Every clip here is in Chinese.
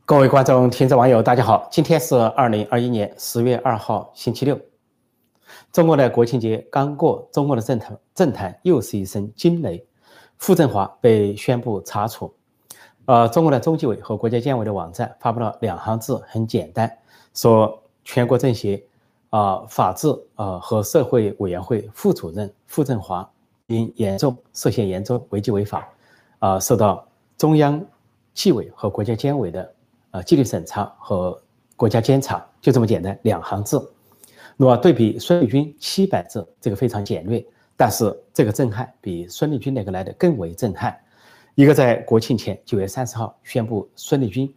各位观众、听众、网友，大家好！今天是2021年10月2号，星期六。中国的国庆节刚过，中国的政坛又是一声惊雷，傅政华被宣布查处。中国的中纪委和国家监委的网站发布了2行字，很简单，说全国政协法制和社会委员会副主任傅政华因涉嫌严重违纪违法，受到中央纪委和国家监委的纪律审查和国家监察，就这么简单，2行字。那么对比孙立军700字，这个非常简略，但是这个震撼比孙立军那个来的更为震撼。一个在国庆前9月30号宣布孙立军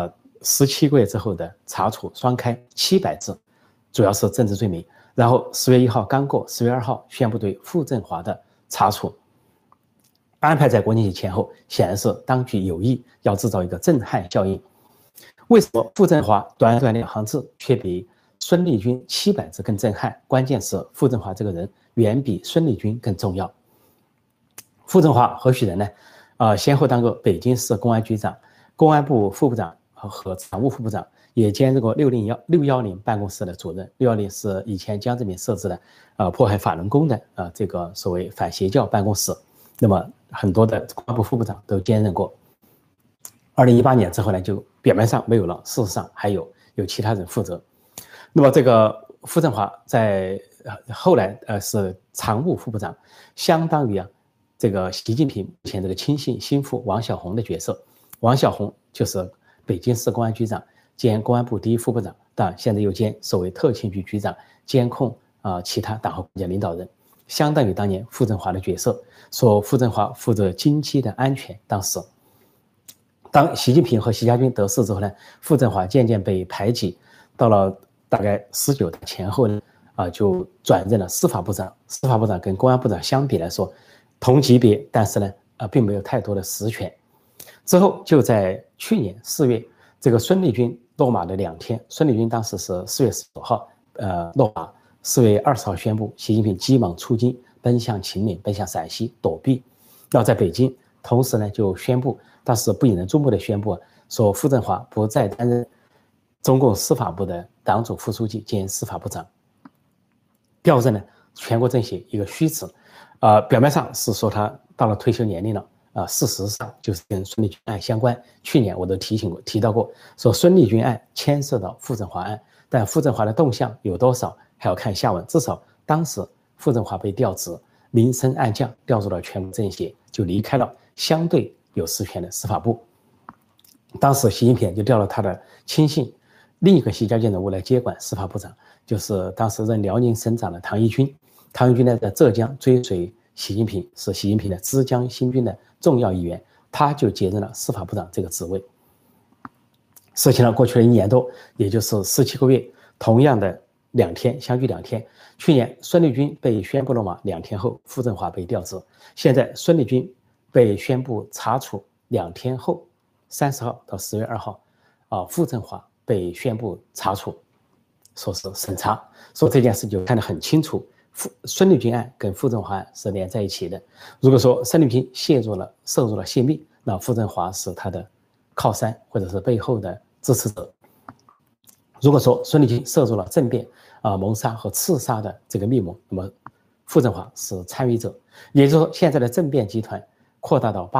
17个月之后的查处双开700字，主要是政治罪名。然后10月1号刚过，10月2号宣布对傅政华的查处，安排在国庆节前后，显然是当局有意要制造一个震撼效应。为什么傅政华短短2行字却比孙立军700字更震撼？关键是傅政华这个人远比孙立军更重要。傅政华何许人呢？先后当过北京市公安局长、公安部副部长和常务副部长，也兼任过610办公室的主任。610是以前江泽民设置的迫害法轮功的这个所谓反邪教办公室。那么很多的公安部副部长都兼任过。2018年之后呢，就表面上没有了，事实上还有其他人负责。那么这个傅政华在后来是常务副部长，相当于这个习近平目前这个亲信心腹王小洪的角色。王小洪就是北京市公安局长兼公安部第1副部长，但现在又兼所谓特勤局局长，监控其他党和国家领导人，相当于当年傅政华的角色。说傅政华负责经济的安全，当习近平和习家军得势之后呢，傅政华渐渐被排挤，到了大概19大前后呢，就转任了司法部长。司法部长跟公安部长相比来说同级别，但是呢，并没有太多的实权。之后就在去年4月，这个孙立军落马的2天，孙立军当时是4月19号落马，4月20号宣布习近平急忙出京，奔向秦岭，奔向陕西躲避。要在北京，同时呢就宣布，当时不引人注目的宣布说傅政华不再担任中共司法部的党组副书记兼司法部长，调任呢全国政协一个虚职。表面上是说他到了退休年龄了，事实上就是跟孙立军案相关。去年我都提到过，说孙立军案牵涉到傅政华案，但傅政华的动向有多少还要看下文。至少当时傅政华被调职，明升暗降，调入了全国政协，就离开了相对有实权的司法部。当时习近平就调了他的亲信，另一个习家军人物来接管司法部长，就是当时任辽宁省长的唐一军。唐一军呢在浙江追随习近平，是习近平的枝江新军的重要一员，他就接任了司法部长这个职位。事情呢过去了1年多，也就是17个月，同样的2天，相距2天。去年孙立军被宣布落马2天后，傅政华被调职。现在孙立军被宣布查处2天后，30号到10月2号，傅政华被宣布查处，说是审查。说这件事就看得很清楚，孙立军案跟傅政华案是连在一起的。如果说孙立军涉入了泄密，那傅政华是他的靠山或者是背后的支持者。如果说孙立军涉入了政变谋杀和刺杀的这个密谋，那么傅政华是参与者。也就是说，现在的政变集团扩大到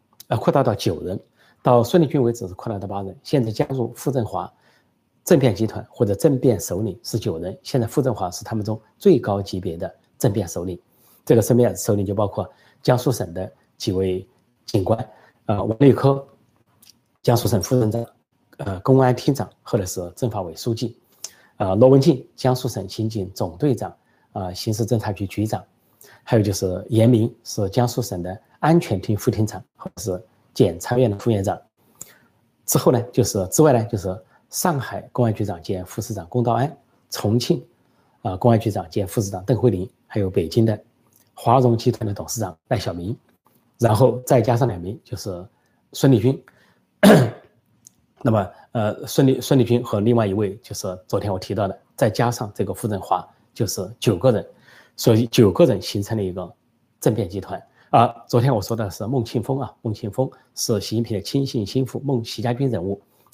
9人，到孙立军为止是扩大到8人，现在加入傅政华，政变集团或者政变首领是9人。现在傅政华是他们中最高级别的政变首领。这个政变首领就包括江苏省的几位警官，王立科，江苏省副省长，公安厅长或者是政法委书记，罗文静，江苏省刑警总队长，刑事侦查局局长，还有就是严明，是江苏省的安全厅副厅长或者是检察院的副院长。之外呢，就是上海公安局长兼副市长龚道安，重庆公安局长兼副市长邓慧玲，还有北京的华融集团的董事长赖小民，然后再加上2名就是孙立军。那么孙立军和另外一位就是昨天我提到的，再加上这个傅政华，就是9个人，所以9个人形成了一个政变集团。昨天我说的是孟庆峰孟庆峰是习近平的亲信心腹，习家军人物，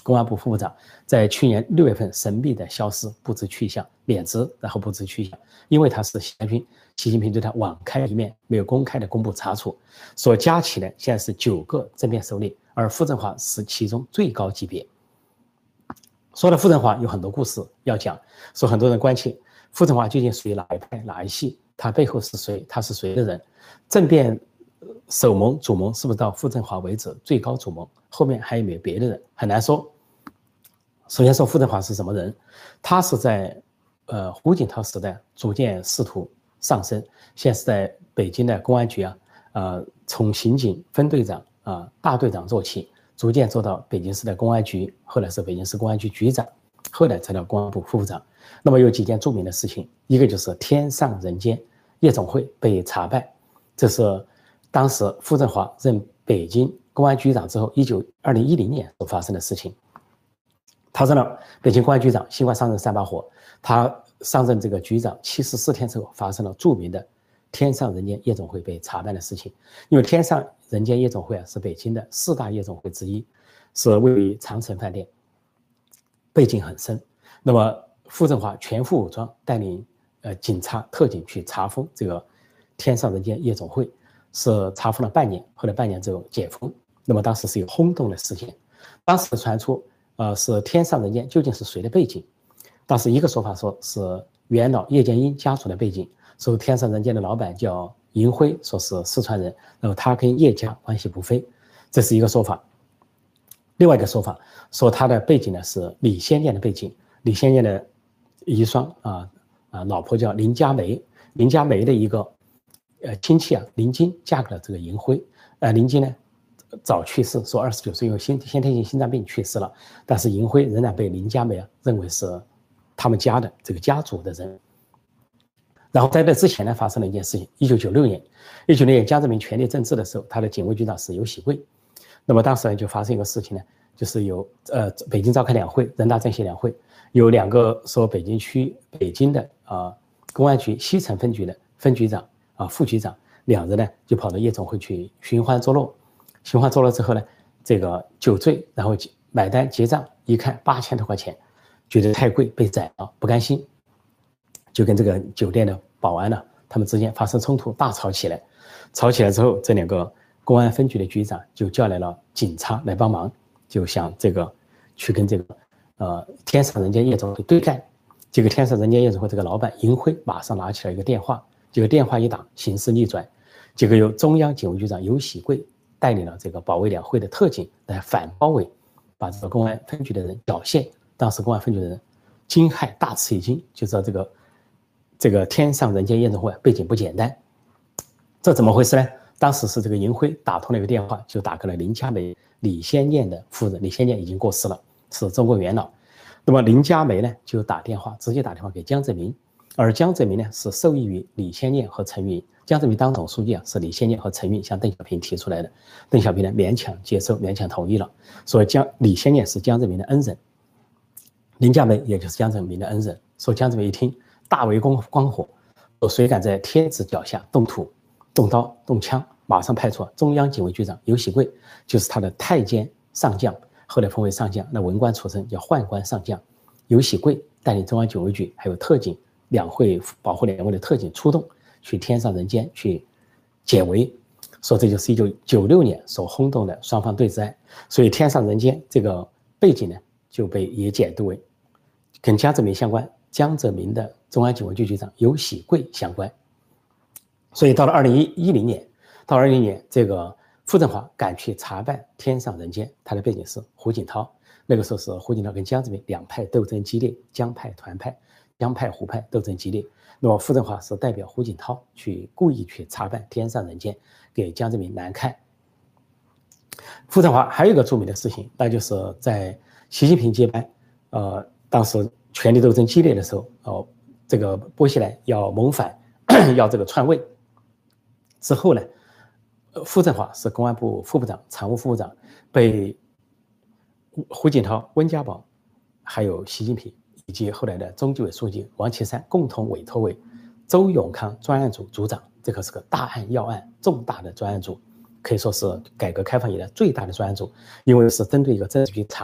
公安部副部长，在去年6月份神秘的消失，不知去向，免职，然后不知去向，因为他是习近平对他网开一面，没有公开的公布查处，所加起来现在是9个政变首领，而傅政华是其中最高级别。说到傅政华有很多故事要讲，说很多人关切傅政华究竟属于哪一派哪一系，他背后是谁，他是谁的人，政变首谋主谋是不是到傅政华为止最高主谋，后面还有没有别的人很难说。首先说傅政华是什么人，他是在胡锦涛时代逐渐仕途上升，现在是在北京的公安局从刑警分队长大队长做起，逐渐做到北京市的公安局，后来是北京市公安局局长，后来才到公安部副部长。那么有几件著名的事情，一个就是天上人间夜总会被查办，这是当时傅政华任北京公安局长之后2010年所发生的事情。他任了北京公安局长，新官上任3把火，他上任这个局长74天之后，发生了著名的天上人间夜总会被查办的事情。因为天上人间夜总会是北京的4大夜总会之一，是位于长城饭店，背景很深。那么傅政华全副武装带领警察特警去查封这个天上人间夜总会，是查封了半年，后来半年之后解封。那么当时是有轰动的事件，当时传出是天上人间究竟是谁的背景？当时一个说法说是元老叶剑英家族的背景，说天上人间的老板叫银辉，说是四川人，然后他跟叶家关系不菲，这是一个说法。另外一个说法说他的背景呢是李先念的背景，李先念的遗孀老婆叫林佳梅，林佳梅的一个亲戚林晶嫁给了这个银辉，林晶呢早去世，说29岁因为先天性心脏病去世了，但是银辉仍然被林佳梅认为是他们家的这个家族的人。然后在这之前呢，发生了一件事情。1996年江泽民权力政治的时候，他的警卫局长是游喜贵。那么当时呢，就发生一个事情呢，就是有北京召开两会，人大政协两会，有2个说北京区北京的公安局西城分局的分局长副局长2人呢，就跑到夜总会去寻欢作乐。寻欢作乐之后呢，这个酒醉，然后买单结账，一看8000多块钱，觉得太贵，被宰了，不甘心，就跟这个酒店的保安呢，他们之间发生冲突，大吵起来。吵起来之后，这2个公安分局的局长就叫来了警察来帮忙，就想这个去跟这个天上人间夜总会对干。这个天上人间夜总会这个老板银辉马上拿起了一个电话，这个电话一打，形势逆转，这个由中央警卫局长游喜贵带领了这个保卫两会的特警来反包围，把这个公安分局的人缴械。当时公安分局的人惊骇，大吃一惊，就知道这个天上人间夜总会背景不简单。这怎么回事呢？当时是这个银辉打通了一个电话，就打给了林佳梅李先念的夫人，李先念已经过世了，是中国元老。那么林佳梅呢，就直接打电话给江泽民，而江泽民呢是受益于李先念和陈云。江泽民当总书记是李先念和陈云向邓小平提出来的，邓小平呢勉强接受，勉强同意了，所以李先念是江泽民的恩人，林佳梅也就是江泽民的恩人。说江泽民一听大为光火，说谁敢在天子脚下动土、动刀、动枪，马上派出中央警卫局长游喜贵，就是他的太监上将，后来封为上将，那文官出身叫宦官上将。游喜贵带领中央警卫局还有特警两会保护两会的特警出动，去天上人间去解围。说这就是1996年所轰动的双方对峙案。所以天上人间这个背景呢，就被也解读为跟江泽民相关，江泽民的中央警卫局局长游喜贵相关。所以到了2010年，这个傅政华赶去查办天上人间，他的背景是胡锦涛。那个时候是胡锦涛跟江泽民两派斗争激烈，江派、团派、江派、胡派斗争激烈。那么傅政华是代表胡锦涛故意去查办天上人间，给江泽民难看。傅政华还有一个著名的事情，那就是在习近平接班，当时权力斗争激烈的时候，这个薄熙来要谋反，要这个篡位之后呢，傅政华是公安部副部长、常务副部长，被胡锦涛、温家宝，还有习近平以及后来的中纪委书记王岐山共同委托为周永康专案组组长。这个是个大案要案，重大的专案组，可以说是改革开放以来最大的专案组，因为是针对一个政治局常委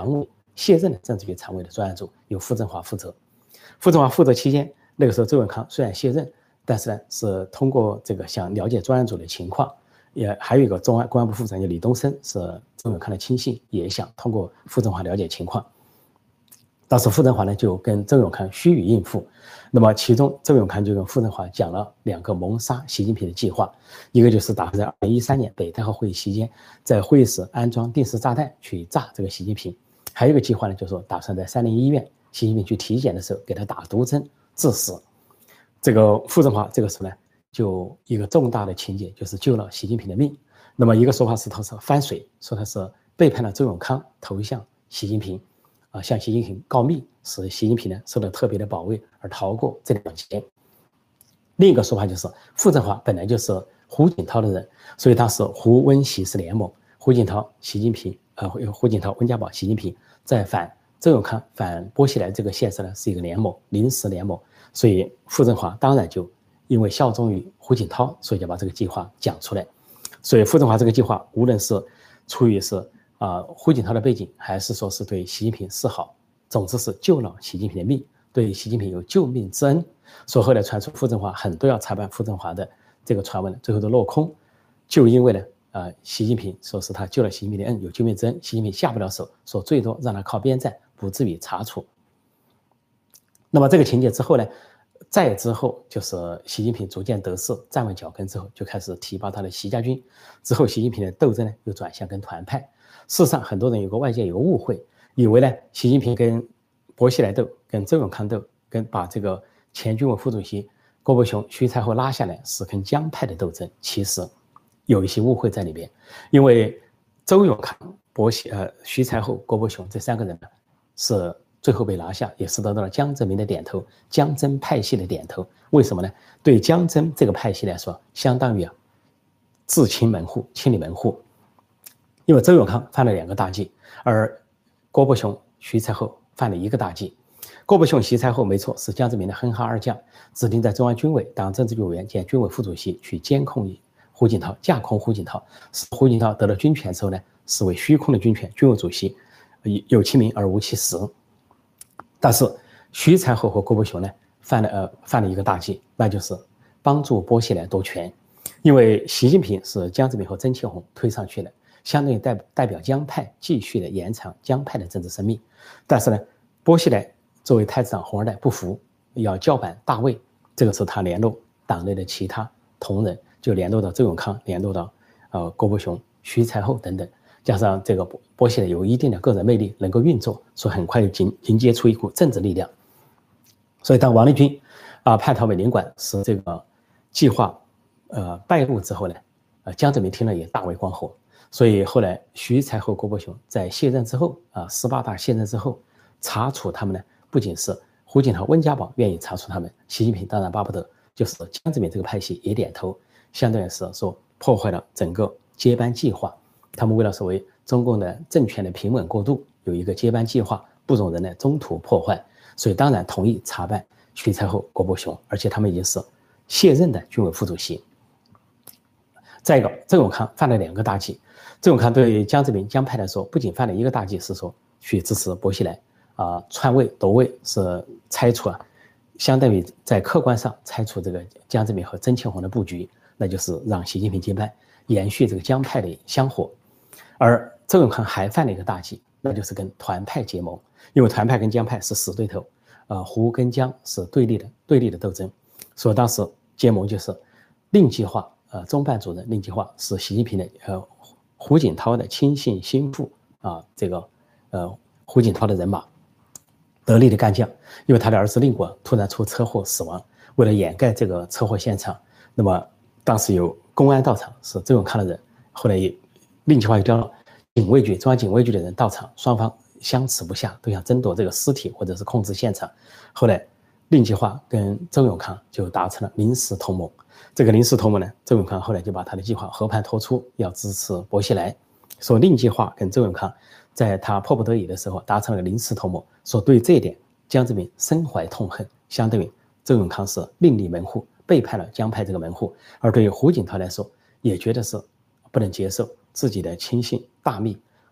卸任的政治局常委的专案组，由傅政华负责。傅政华负责期间，那个时候周永康虽然卸任，但是呢是通过这个想了解专案组的情况，也还有一个公安部副部长叫李东生，是周永康的亲信，也想通过傅政华了解情况。当时傅政华呢就跟周永康虚与应付，那么其中周永康就跟傅政华讲了2个谋杀习近平的计划，一个就是打算在2013年北戴河会议期间，在会议室安装定时炸弹去炸这个习近平，还有一个计划呢，就是说打算在301医院习近平去体检的时候给他打毒针致死。这个傅政华这个时候呢，就一个重大的情节就是救了习近平的命。那么一个说法是他是翻水，说他是背叛了周永康，投向习近平。向习近平告密，使习近平呢受到特别的保卫而逃过这2劫。另一个说法就是傅政华本来就是胡锦涛的人，所以他是胡温习是联盟，胡锦涛、习近平，胡锦涛、温家宝、习近平在反周永康、反薄熙来这个线上呢是一个联盟，临时联盟，所以傅政华当然就因为效忠于胡锦涛，所以就把这个计划讲出来。所以傅政华这个计划，无论是出于是胡锦涛的背景，还是说是对习近平示好，总之是救了习近平的命，对习近平有救命之恩。所以后来传出傅政华很多要查办傅政华的这个传闻，最后都落空，就因为呢，习近平说是他救了习近平的恩，有救命之恩，习近平下不了手，说最多让他靠边站，不至于查处。那么这个情节之后呢，再之后就是习近平逐渐得势，站稳脚跟之后，就开始提拔他的习家军。之后习近平的斗争呢，又转向跟团派。事实上，很多人外界有个误会，以为呢，习近平跟薄熙来斗，跟周永康斗，跟把这个前军委副主席郭伯雄、徐才厚拉下来是跟江派的斗争。其实有一些误会在里边，因为周永康、徐才厚、郭伯雄这3个人呢，是最后被拿下，也是得到了江泽民的点头，江曾派系的点头。为什么呢？对江曾这个派系来说，相当于自清门户、清理门户。因为周永康犯了2个大忌，而郭伯雄、徐才厚犯了1个大忌。郭伯雄、徐才厚没错，是江泽民的哼哈2将，指定在中央军委当政治局委员兼军委副主席，去监控胡锦涛，架空胡锦涛，使胡锦涛得了军权之后呢，视为虚空的军权，军委主席有其名而无其实。但是徐才厚和郭伯雄呢，犯了1个大忌，那就是帮助薄熙来夺权。因为习近平是江泽民和曾庆红推上去的，相当于代表江派继续的延长江派的政治生命。但是呢，薄熙来作为太子党红2代不服，要叫板大位，这个时候他联络党内的其他同仁，就联络到周永康，联络到郭伯雄、徐才厚等等，加上这个薄熙来有一定的个人魅力，能够运作，所以很快就迎接出一股政治力量。所以当王立军叛逃美领馆使这个计划败露之后呢，江泽民听了也大为光火。所以后来徐才厚、郭伯雄在卸任之后，18大卸任之后，查处他们呢，不仅是胡锦涛、温家宝愿意查处他们，习近平当然巴不得，就是江泽民这个派系也点头，相当于是说破坏了整个接班计划。他们为了所谓中共的政权的平稳过渡，有一个接班计划，不容人呢中途破坏，所以当然同意查办徐才厚、郭伯雄，而且他们已经是卸任的军委副主席。再一个，周永康犯了2个大忌。周永康对江泽民江派来说，不仅犯了1个大忌，是说去支持薄熙来篡位夺位，是拆除相当于在客观上拆除这个江泽民和曾庆红的布局，那就是让习近平接班，延续这个江派的香火。而周永康还犯了1个大忌，那就是跟团派结盟，因为团派跟江派是死对头，胡跟江是对立的斗争，所以当时结盟就是令计划，中办主任令计划是习近平的胡锦涛的亲信心腹这个胡锦涛的人马，得力的干将，因为他的儿子令国突然出车祸死亡，为了掩盖这个车祸现场，那么当时有公安到场，是周永康的人，后来令计划又调了警卫局、中央警卫局的人到场，双方相持不下，都想争夺这个尸体或者是控制现场。后来令计划跟周永康就达成了临时同盟。这个临时同盟呢，周永康后来就把他的计划和盘托出，要支持薄熙来。说令计划跟周永康在他迫不得已的时候达成了临时同盟，说对这一点江泽民深怀痛恨，相对于周永康是另立门户，背叛了江派这个门户，而对于胡锦涛来说，也觉得是不能接受自己的亲信大秘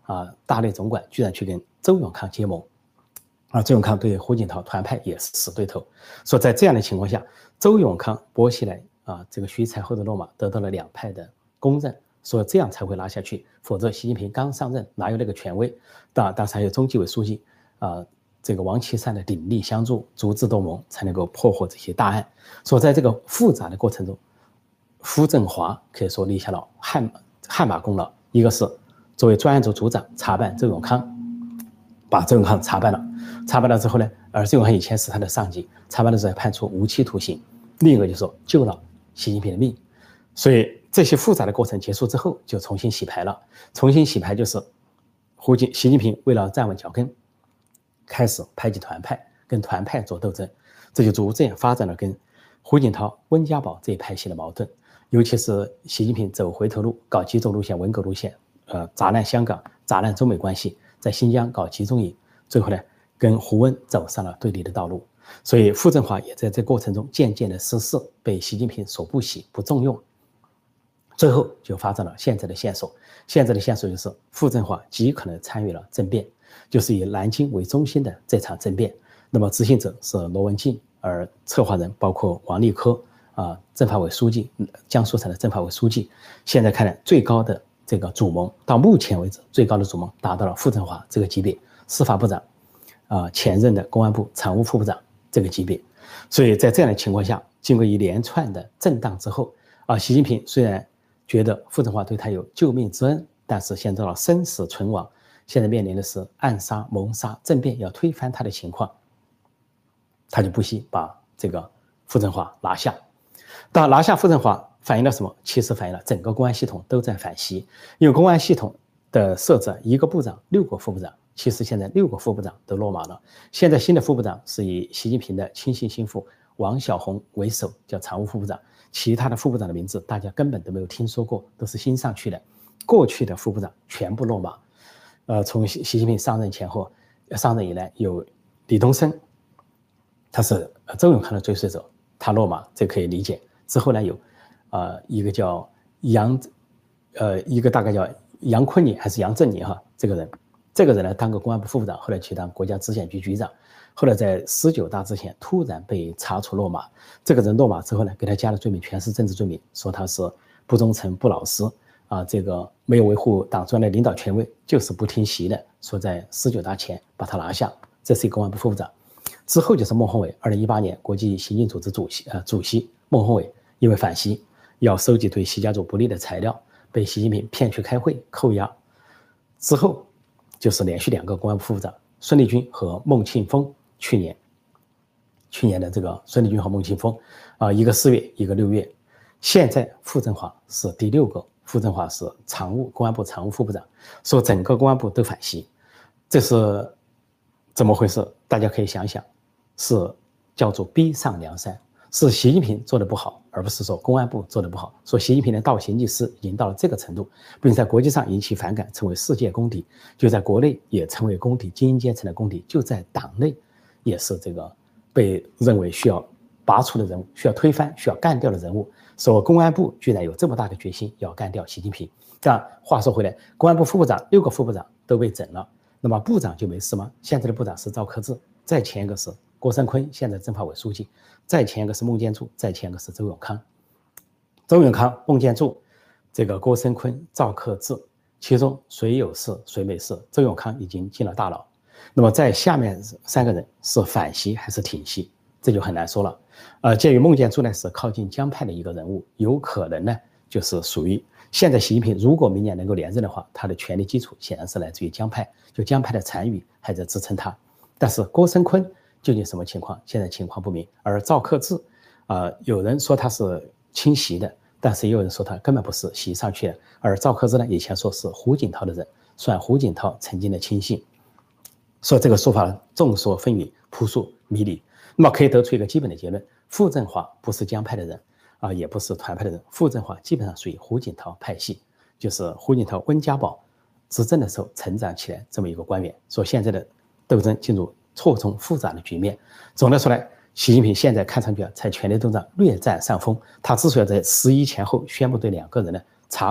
大内总管居然去跟周永康结盟，周永康对胡锦涛团派也是死对头。说在这样的情况下，周永康薄熙来这个徐才厚的落马得到了两派的公认，说这样才会拿下去，否则习近平刚上任哪有那个权威？当时还有中纪委书记这个王岐山的鼎力相助，足智多谋，才能够破获这些大案。说在这个复杂的过程中，傅政华可以说立下了汗马功劳。一个是作为专案组组长查办周永康，把周永康查办了，查办了之后呢，而周永康以前是他的上级，查办的时候判处无期徒刑。另一个就是说救了习近平的命。所以这些复杂的过程结束之后，就重新洗牌了。重新洗牌就是习近平为了站稳脚跟，开始排挤团派，跟团派做斗争，这就逐渐发展了跟胡锦涛、温家宝这一派系的矛盾。尤其是习近平走回头路，搞极左路线、文革路线，砸烂香港，砸烂中美关系，在新疆搞集中营，最后呢，跟胡温走上了对立的道路。所以傅政华也在这过程中渐渐的失势，被习近平所不喜、不重用。最后就发展了现在的线索。现在的线索就是傅政华极可能参与了政变，就是以南京为中心的这场政变。那么执行者是罗文静，而策划人包括王立科政法委书记，江苏省的政法委书记。现在看来，最高的这个主谋，到目前为止最高的主谋达到了傅政华这个级别，司法部长前任的公安部常务副部长这个级别。所以在这样的情况下，经过一连串的震荡之后习近平虽然觉得傅政华对他有救命之恩，但是现在到了生死存亡，现在面临的是暗杀、谋杀、政变，要推翻他的情况，他就不惜把这个傅政华拿下。当拿下傅政华反映了什么？其实反映了整个公安系统都在反袭。因为公安系统的设置，一个部长6个副部长，其实现在6个副部长都落马了。现在新的副部长是以习近平的亲信心腹王小洪为首，叫常务副部长。其他的副部长的名字大家根本都没有听说过，都是新上去的。过去的副部长全部落马。从习近平上任以来，有李东生，他是周永康的追随者，他落马，这可以理解。之后呢，有一个叫一个大概叫杨坤宁还是杨振宁这个人呢当过公安部副部长，后来去当国家质检局局长。后来在19大之前突然被查处落马。这个人落马之后呢，给他加的罪名全是政治罪名，说他是不忠诚、不老实这个没有维护党中央的领导权威，就是不听习的。说在19大前把他拿下，这是一个公安部副部长。之后就是孟宏伟，2018年国际刑警组织主席孟宏伟因为反习要收集对习家族不利的材料，被习近平骗去开会扣押。之后就是连续2个公安部副部长孙立军和孟庆峰。去年的这个孙立军和孟庆峰一个4月，一个6月。现在傅政华是第6个，傅政华是公安部常务副部长，说整个公安部都反习，这是怎么回事？大家可以想想，是叫做逼上梁山，是习近平做的不好，而不是说公安部做的不好。说习近平的倒行逆施已经到了这个程度，不仅在国际上引起反感，成为世界公敌，就在国内也成为公敌，精英阶层的公敌，就在党内也是这个被认为需要拔除的人物，需要推翻、需要干掉的人物。说公安部居然有这么大的决心要干掉习近平。但话说回来，公安部副部长6个副部长都被整了，那么部长就没事吗？现在的部长是赵克志，再前一个是郭声琨，现在政法委书记，再前一个是孟建柱，再前一个是周永康。周永康、孟建柱，这个郭声琨、赵克志，其中谁有事谁没事？周永康已经进了大牢。那么在下面3个人是反习还是挺习，这就很难说了。鉴于孟建柱呢是靠近江派的一个人物，有可能呢就是属于现在习近平如果明年能够连任的话，他的权力基础显然是来自于江派，就江派的残余还在支撑他。但是郭声琨究竟什么情况，现在情况不明。而赵克志有人说他是亲习的，但是也有人说他根本不是习上去的。而赵克志呢，以前说是胡锦涛的人，算胡锦涛曾经的亲信。说这个说法众说纷纭，扑朔迷离。那么可以得出一个基本的结论：傅政华不是江派的人也不是团派的人，傅政华基本上属于胡锦涛派系，就是胡锦涛、温家宝执政的时候成长起来这么一个官员。说现在的斗争进入错综复杂的局面。总的说来，习近平现在看上去在权力斗争略占上风。他之所以在11前后宣布对2个人的查处，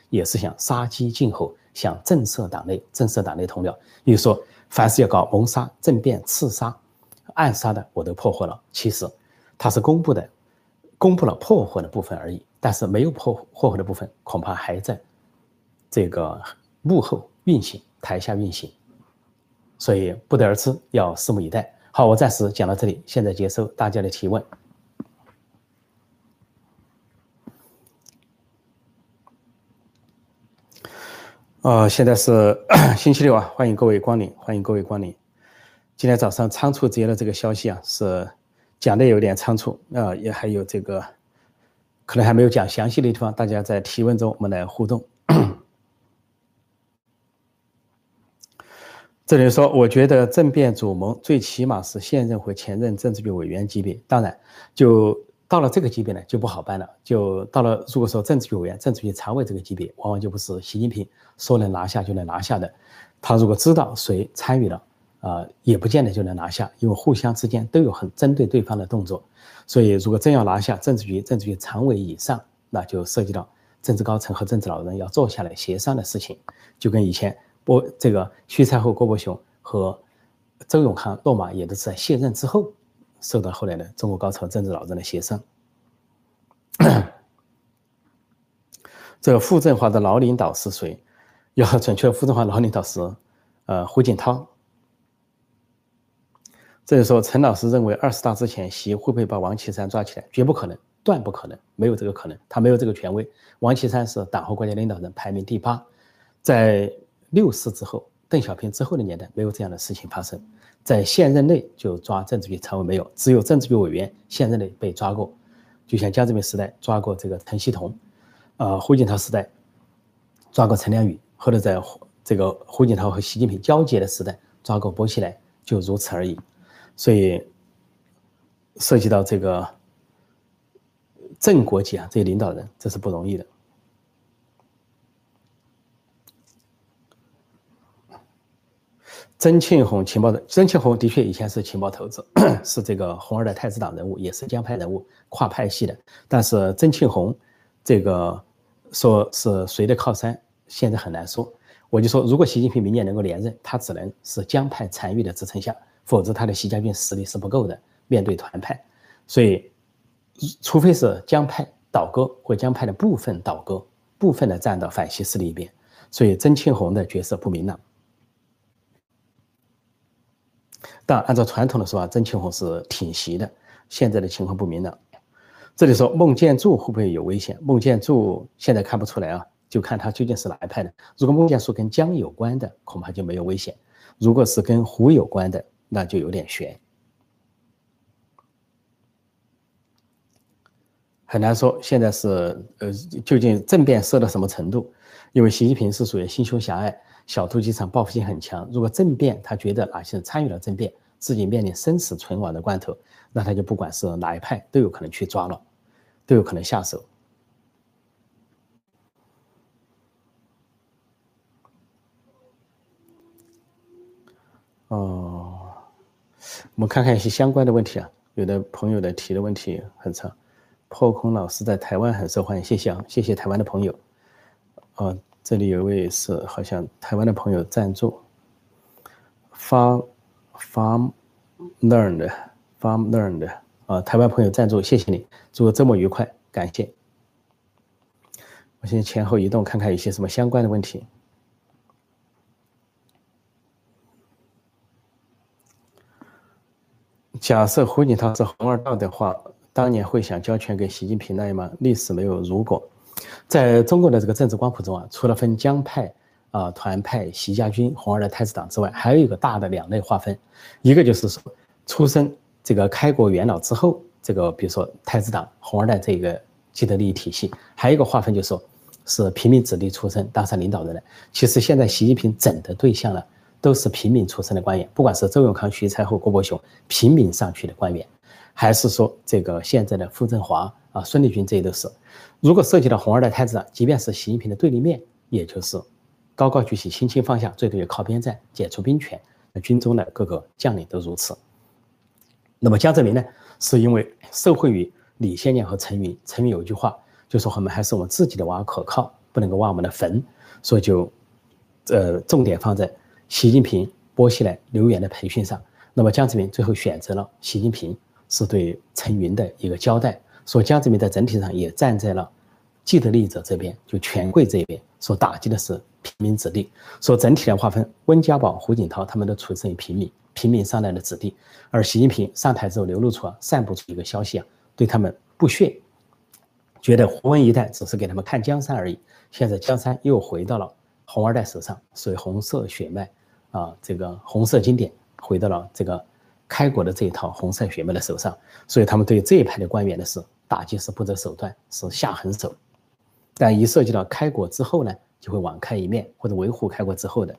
也是想杀鸡儆猴，想震慑党内同僚。比如说，凡是要搞谋杀、政变、刺杀、暗杀的，我都破获了。其实他是公布了破获的部分而已，但是没有破获的部分，恐怕还在这个幕后运行、台下运行，所以不得而知，要拭目以待。好，我暂时讲到这里，现在接受大家的提问。现在是星期六啊，欢迎各位光临，欢迎各位光临。今天早上仓促接了这个消息啊，是讲的有点仓促也还有这个可能还没有讲详细的地方，大家在提问中我们来互动。这里说，我觉得政变主谋最起码是现任或前任政治局委员级别，当然就到了这个级别呢就不好办了，就到了如果说政治局委员、政治局常委这个级别，往往就不是习近平说能拿下就能拿下的，他如果知道谁参与了也不见得就能拿下，因为互相之间都有很针对对方的动作，所以如果真要拿下政治局常委以上，那就涉及到政治高层和政治老人要坐下来协商的事情，就跟以前这个徐才厚、郭伯雄和周永康、落马也都是在卸任之后受到后来的中国高层政治老人的协商。这个傅政华的老领导是谁？要准确的，傅政华老领导是胡锦涛。这就说陈老师认为20大之前习会不会把王岐山抓起来？绝不可能，断不可能，没有这个可能，他没有这个权威。王岐山是党和国家领导人，排名第8，在6·4之后，邓小平之后的年代没有这样的事情发生。在现任内就抓政治局常委没有，只有政治局委员现任内被抓过，就像江泽民时代抓过这个陈锡同，胡锦涛时代抓过陈良宇，或者在这个胡锦涛和习近平交接的时代抓过薄熙来，就如此而已。所以涉及到这个正国级这些领导人，这是不容易的。曾庆红的确以前是情报头子，是这个红二代太子党人物，也是江派人物，跨派系的。但是曾庆红这个说是谁的靠山，现在很难说。我就说，如果习近平明年能够连任，他只能是江派残余的支撑下，否则他的习家军实力是不够的，面对团派。所以，除非是江派倒戈，或江派的部分倒戈，部分的站到反习势力一边。所以曾庆红的角色不明朗。但按照传统的说法，曾庆红是挺习的，现在的情况不明朗。这里说孟建柱会不会有危险？孟建柱现在看不出来啊，就看他究竟是哪一派的。如果孟建柱跟江有关的，恐怕就没有危险；如果是跟胡有关的，那就有点悬。很难说现在是究竟政变涉到什么程度？因为习近平是属于心胸狭隘、小肚鸡肠、报复性很强。如果政变他觉得哪些人参与了政变，自己面临生死存亡的关头，那他就不管是哪一派都有可能去抓了，都有可能下手。我们看看一些相关的问题啊，有的朋友的提的问题很长。破空老师在台湾很受欢迎，谢谢啊，谢谢台湾的朋友。这里有一位是好像台湾的朋友赞助 ，farm learned 台湾朋友赞助，谢谢你，祝周末愉快，感谢。我现在前后移动，看看有些什么相关的问题。假设胡锦涛是红二代的话，当年会想交权给习近平那样吗？历史没有如果。在中国的这个政治光谱中啊，除了分江派、团派、习家军、红二代太子党之外，还有一个大的2类划分，一个就是说出生这个开国元老之后，这个比如说太子党、红二代这个既得利益体系，还有一个划分就是说是平民子弟出身当上领导人的。其实现在习近平整的对象呢，都是平民出身的官员，不管是周永康、徐才厚、郭伯雄平民上去的官员，还是说这个现在的傅政华孙立军，这些都是。如果涉及到红二代太子党，即便是习近平的对立面，也就是高高举起，轻轻放下，最多也靠边站，解除兵权。军中的各个将领都如此。那么江泽民呢，是因为受惠于李先念和陈云。陈云有一句话，就说我们还是我们自己的娃可靠， 不能够挖我们的坟，所以就重点放在习近平、薄熙来、刘源的培训上。那么江泽民最后选择了习近平，是对陈云的一个交代。说江泽民在整体上也站在了既得利益者这边，就权贵这边，所打击的是平民子弟。说整体的划分，温家宝、胡锦涛他们都出身于平民上来的子弟，而习近平上台之后流露出散布出一个消息对他们不屑，觉得胡温一代只是给他们看江山而已。现在江山又回到了红二代手上，所以红色血脉这个红色经典回到了这个开国的这一套红色血脉的手上，所以他们对这一派的官员的事打击是不择手段，是下狠手。但一涉及到开国之后呢，就会网开一面，或者维护开国之后的。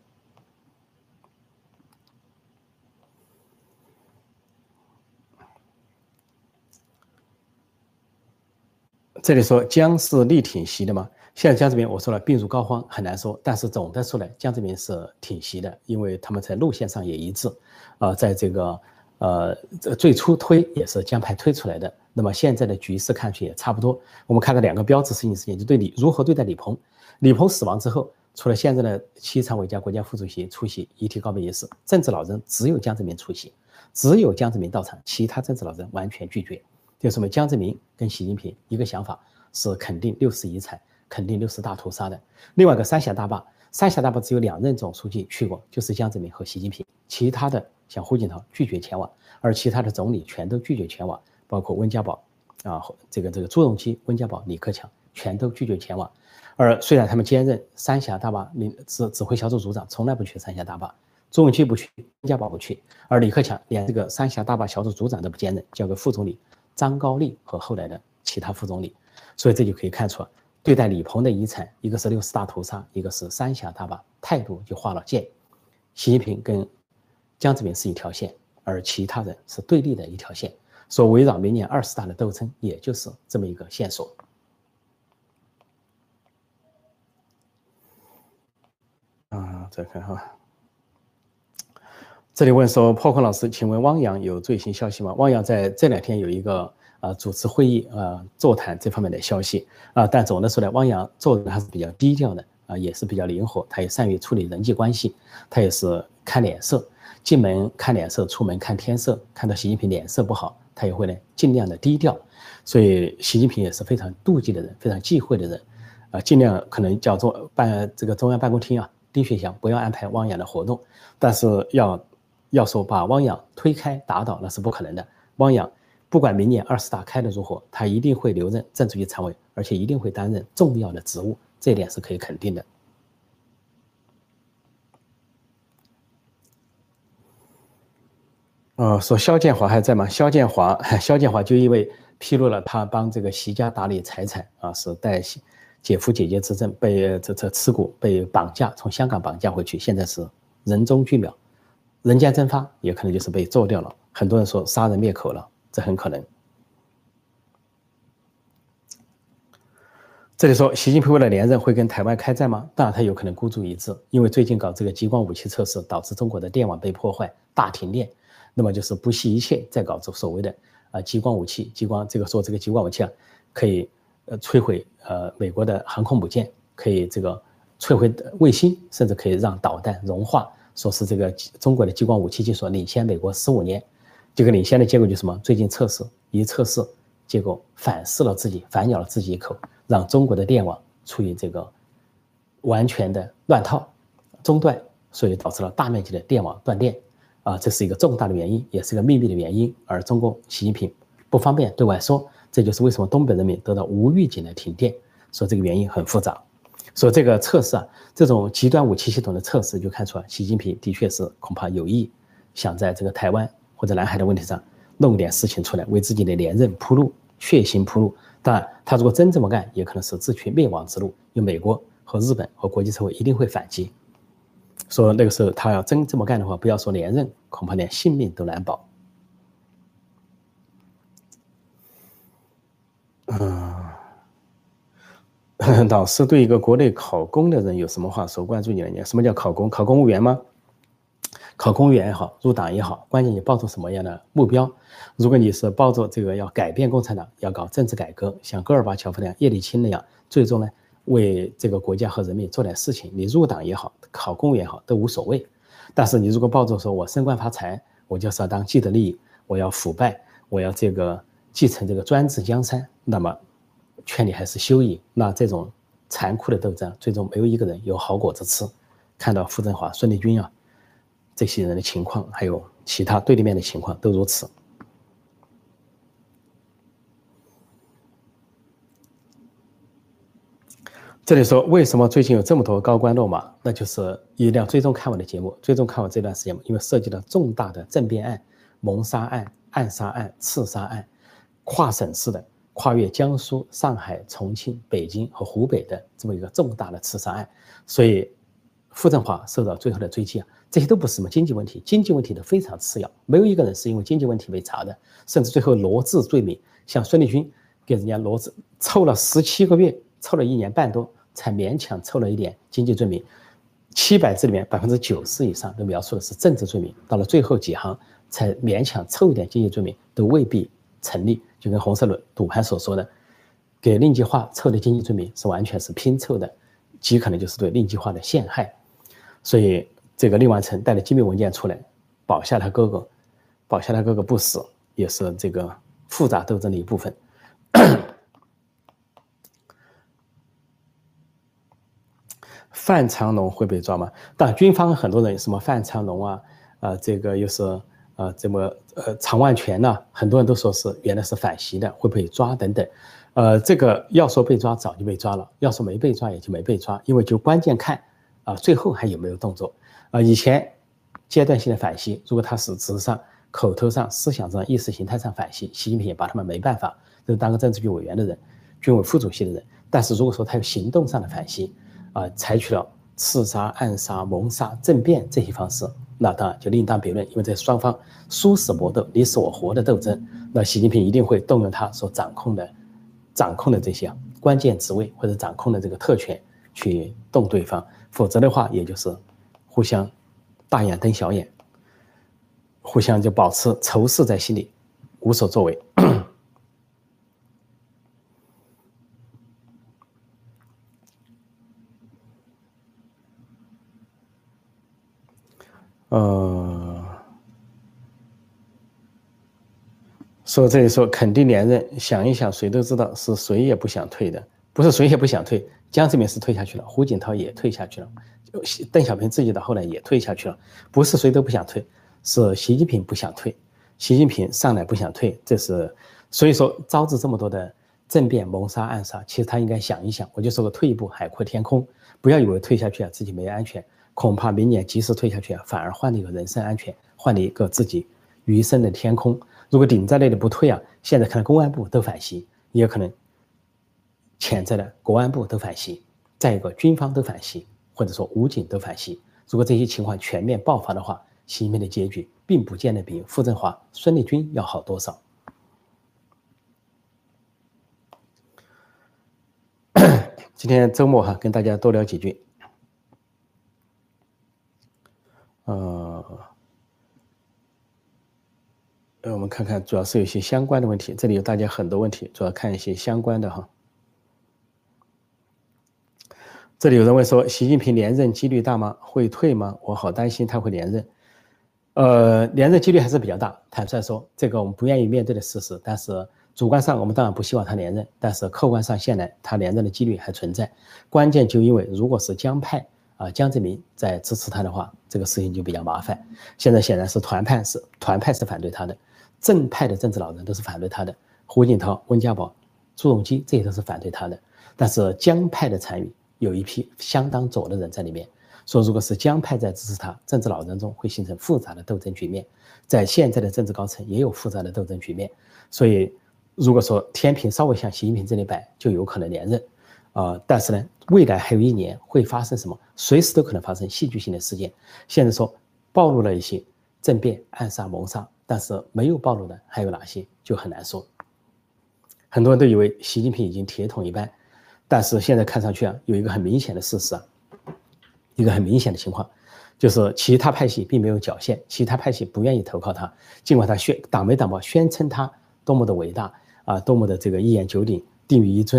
这里说江是力挺习的吗？现在江泽民我说了病入膏肓很难说，但是总的说来，江泽民是挺习的，因为他们在路线上也一致，在这个最初推也是江派推出来的，那么现在的局势看去也差不多。我们看到两个标志性事件，就如何对待李鹏。李鹏死亡之后，除了现在的7常委加国家副主席出席遗体告别仪式，政治老人只有江泽民出席，只有江泽民到场，其他政治老人完全拒绝。就说明江泽民跟习近平一个想法是肯定60遗产，肯定60大屠杀的。另外一个三峡大坝只有2任总书记去过，就是江泽民和习近平，其他的像胡锦涛拒绝前往，而其他的总理全都拒绝前往，包括温家宝这个朱镕基、温家宝、李克强全都拒绝前往。而虽然他们兼任三峡大坝指挥小组组长，从来不去三峡大坝，朱镕基不去，温家宝不去，而李克强连这个三峡大坝小组组长都不兼任，交给副总理张高丽和后来的其他副总理。所以这就可以看出对待李鹏的遗产，一个是60大屠杀，一个是三峡大坝，态度就划了界。习近平跟江泽民是一条线，而其他人是对立的一条线。所围绕明年20大的斗争，也就是这么一个线索。再看这里问说，破空老师，请问汪洋有最新消息吗？汪洋在这2天有一个主持会议座谈这方面的消息但总的说来，汪洋做人还是比较低调的也是比较灵活，他也善于处理人际关系，他也是看脸色，进门看脸色，出门看天色，看到习近平脸色不好，他也会呢尽量的低调。所以习近平也是非常妒忌的人，非常忌讳的人尽量可能叫做这个中央办公厅丁薛祥不要安排汪洋的活动，但是要说把汪洋推开打倒那是不可能的。汪洋不管明年20大开得如何，他一定会留任政治局常委，而且一定会担任重要的职务，这一点是可以肯定的。说肖建华还在吗？肖建华就因为披露了他帮这个习家打理财产是代姐夫姐姐之政被这持股被绑架，从香港绑架回去，现在是人中巨秒，人间蒸发，也可能就是被做掉了。很多人说杀人灭口了，这很可能。这里说习近平为了连任会跟台湾开战吗？当然他有可能孤注一掷，因为最近搞这个激光武器测试，导致中国的电网被破坏，大停电，那么就是不惜一切在搞这所谓的激光武器，这个激光武器可以摧毁美国的航空母舰，可以这个摧毁卫星，甚至可以让导弹融化，说是这个中国的激光武器技术领先美国15年。这个领先的结果就是什么？最近测试结果反咬了自己一口，让中国的电网处于这个完全的乱套中断，所以导致了大面积的电网断电这是一个重大的原因，也是一个秘密的原因，而中共习近平不方便对外说，这就是为什么东北人民得到无预警的停电，说这个原因很复杂。说这个测试这种极端武器系统的测试，就看出来习近平的确是恐怕有意想在这个台湾或者南海的问题上弄点事情出来，为自己的连任铺路，血腥铺路。当然他如果真这么干，也可能是自取灭亡之路，因为美国和日本和国际社会一定会反击。说那个时候他要真这么干的话，不要说连任，恐怕连性命都难保。老师对一个国内考公的人有什么话说？关注你了，什么叫考公？考公务员吗？考公务员也好，入党也好，关键你抱着什么样的目标。如果你是抱着这个要改变共产党，要搞政治改革，像戈尔巴乔夫那样、叶利钦那样，最终呢为这个国家和人民做点事情，你入党也好，考公务员也好都无所谓。但是你如果抱着说我升官发财，我就是要当既得利益，我要腐败，我要这个继承这个专制江山，那么劝你还是休矣。那这种残酷的斗争，最终没有一个人有好果子吃。看到傅政华、孙立军啊这些人的情况，还有其他对立面的情况都如此。这里说为什么最近有这么多高官落马？那就是一定要追踪看我的节目，追踪看我这段时间，因为涉及到重大的政变案、谋杀案、暗杀案、刺杀案，跨省市的，跨越江苏、上海、重庆、北京和湖北的这么一个重大的刺杀案，所以傅政华受到最后的追击啊，这些都不是什么经济问题，经济问题都非常次要，没有一个人是因为经济问题被查的，甚至最后罗织罪名，像孙立军给人家罗织凑了17个月，凑了1年半多。才勉强凑了一点经济罪名，700字里面90%以上都描述的是政治罪名，到了最后几行才勉强凑一点经济罪名，都未必成立。就跟红色赌盘所说的，给令计划凑的经济罪名是完全是拼凑的，极可能就是对令计划的陷害。所以这个令完成带了机密文件出来，保下他哥哥不死，也是这个复杂斗争的一部分。范长龙会被抓吗？当然，军方很多人什么范长龙啊，这个又是常万全呐，很多人都说是原来是反袭的，会被抓等等。这个要说被抓早就被抓了，要说没被抓也就没被抓，因为就关键看最后还有没有动作。以前阶段性的反袭，如果他是只是上口头上、思想上、意识形态上反袭，习近平也把他们没办法，就是当个政治局委员的人、军委副主席的人。但是如果说他有行动上的反袭，采取了刺杀、暗杀、谋杀、政变这些方式，那当然就另当别论，因为这双方殊死搏斗、你死我活的斗争，那习近平一定会动用他所掌控的这些关键职位或者掌控的这个特权去动对方，否则的话，也就是互相大眼瞪小眼，互相就保持仇视在心里，无所作为。说这里说肯定连任，想一想谁都知道是谁也不想退的，不是谁也不想退，江泽民是退下去了，胡锦涛也退下去了，邓小平自己的后来也退下去了，不是谁都不想退，是习近平不想退，习近平上来不想退，这是所以说招致这么多的政变、谋杀、暗杀，其实他应该想一想，我就说过退一步海阔天空，不要以为退下去自己没安全，恐怕明年即使退下去反而换了一个人身安全，换了一个自己余生的天空。如果顶在内的不退现在看到公安部都反袭，也有可能潜在的国安部都反袭，再一个军方都反袭，或者说武警都反袭。如果这些情况全面爆发的话，习近平的结局并不见得比傅政华、孙立军要好多少。今天周末跟大家多聊几句。我们看看，主要是有些相关的问题，这里有大家很多问题，主要看一些相关的哈。这里有人问说，习近平连任几率大吗？会退吗？我好担心他会连任。连任几率还是比较大。坦率说，这个我们不愿意面对的事实，但是主观上我们当然不希望他连任，但是客观上现在他连任的几率还存在。关键就因为如果是江派江泽民在支持他的话，这个事情就比较麻烦。现在显然是团派是反对他的。正派的政治老人都是反对他的，胡锦涛、温家宝、朱镕基这些都是反对他的。但是江派的参与有一批相当左的人在里面，说如果是江派在支持他，政治老人中会形成复杂的斗争局面，在现在的政治高层也有复杂的斗争局面。所以如果说天平稍微向习近平这里摆，就有可能连任。但是呢，未来还有1年会发生什么？随时都可能发生戏剧性的事件。现在说暴露了一些政变、暗杀、谋杀。但是没有暴露的还有哪些就很难说。很多人都以为习近平已经铁桶一般，但是现在看上去有一个很明显的事实一个很明显的情况，就是其他派系并没有缴械，其他派系不愿意投靠他，尽管他党媒党报宣称他多么的伟大多么的这个一言九鼎、定于一尊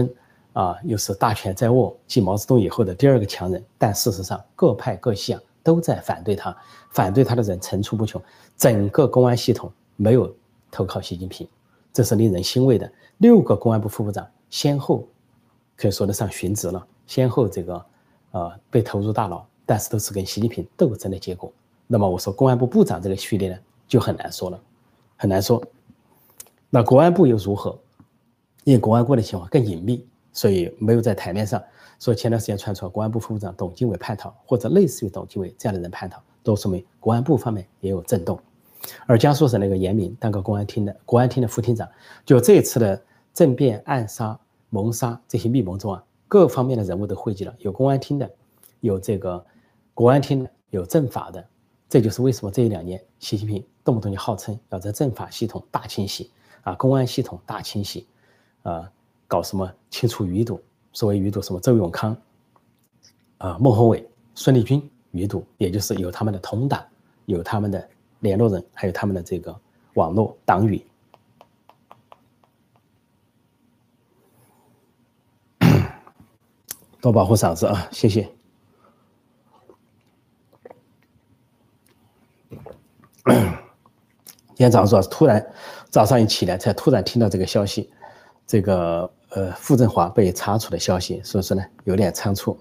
又是大权在握，继毛泽东以后的第2个强人，但事实上各派各系都在反对他，反对他的人层出不穷，整个公安系统没有投靠习近平，这是令人欣慰的。6个公安部副部长先后可以说得上殉职了，先后被投入大牢，但是都是跟习近平斗争的结果。那么我说公安部部长这个序列呢，就很难说了，很难说。那国安部又如何？因为国安部的情况更隐秘，所以没有在台面上。所以前段时间传出国安部副部长董经纬叛逃，或者类似于董经纬这样的人叛逃，都说明国安部方面也有震动。而江苏省那个严明当个国安厅的副厅长，就这一次的政变、暗杀、谋杀这些密谋中各方面的人物都汇集了，有公安厅的，有这个国安厅的，有政法的。这就是为什么这1-2年习近平动不动就号称要在政法系统大清洗公安系统大清洗搞什么清除余毒，所谓余毒什么周永康孟宏伟、孙立军余毒，也就是有他们的同党，有他们的联络人，还有他们的这个网络党羽。多保护嗓子谢谢。今天早上主要是突然早上一起来才突然听到这个消息，这个傅政华被查处的消息，所以说呢有点仓促。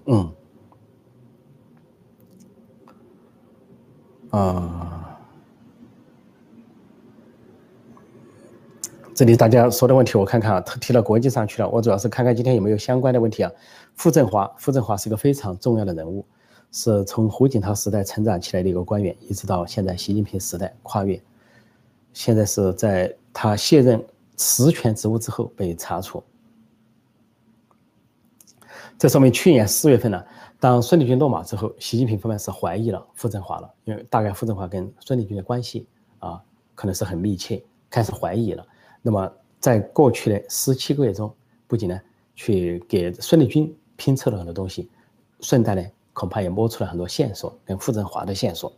这里大家说的问题我看看提到国际上去了，我主要是看看今天有没有相关的问题傅政华是个非常重要的人物，是从胡锦涛时代成长起来的一个官员，一直到现在习近平时代跨越，现在是在他卸任实权职务之后被查处。这说明去年4月份呢，当孙立军落马之后，习近平方面是怀疑了傅政华了，因为大概傅政华跟孙立军的关系可能是很密切，开始怀疑了。那么在过去的17个月中，不仅呢去给孙立军拼凑了很多东西，顺带呢恐怕也摸出了很多线索，跟傅政华的线索。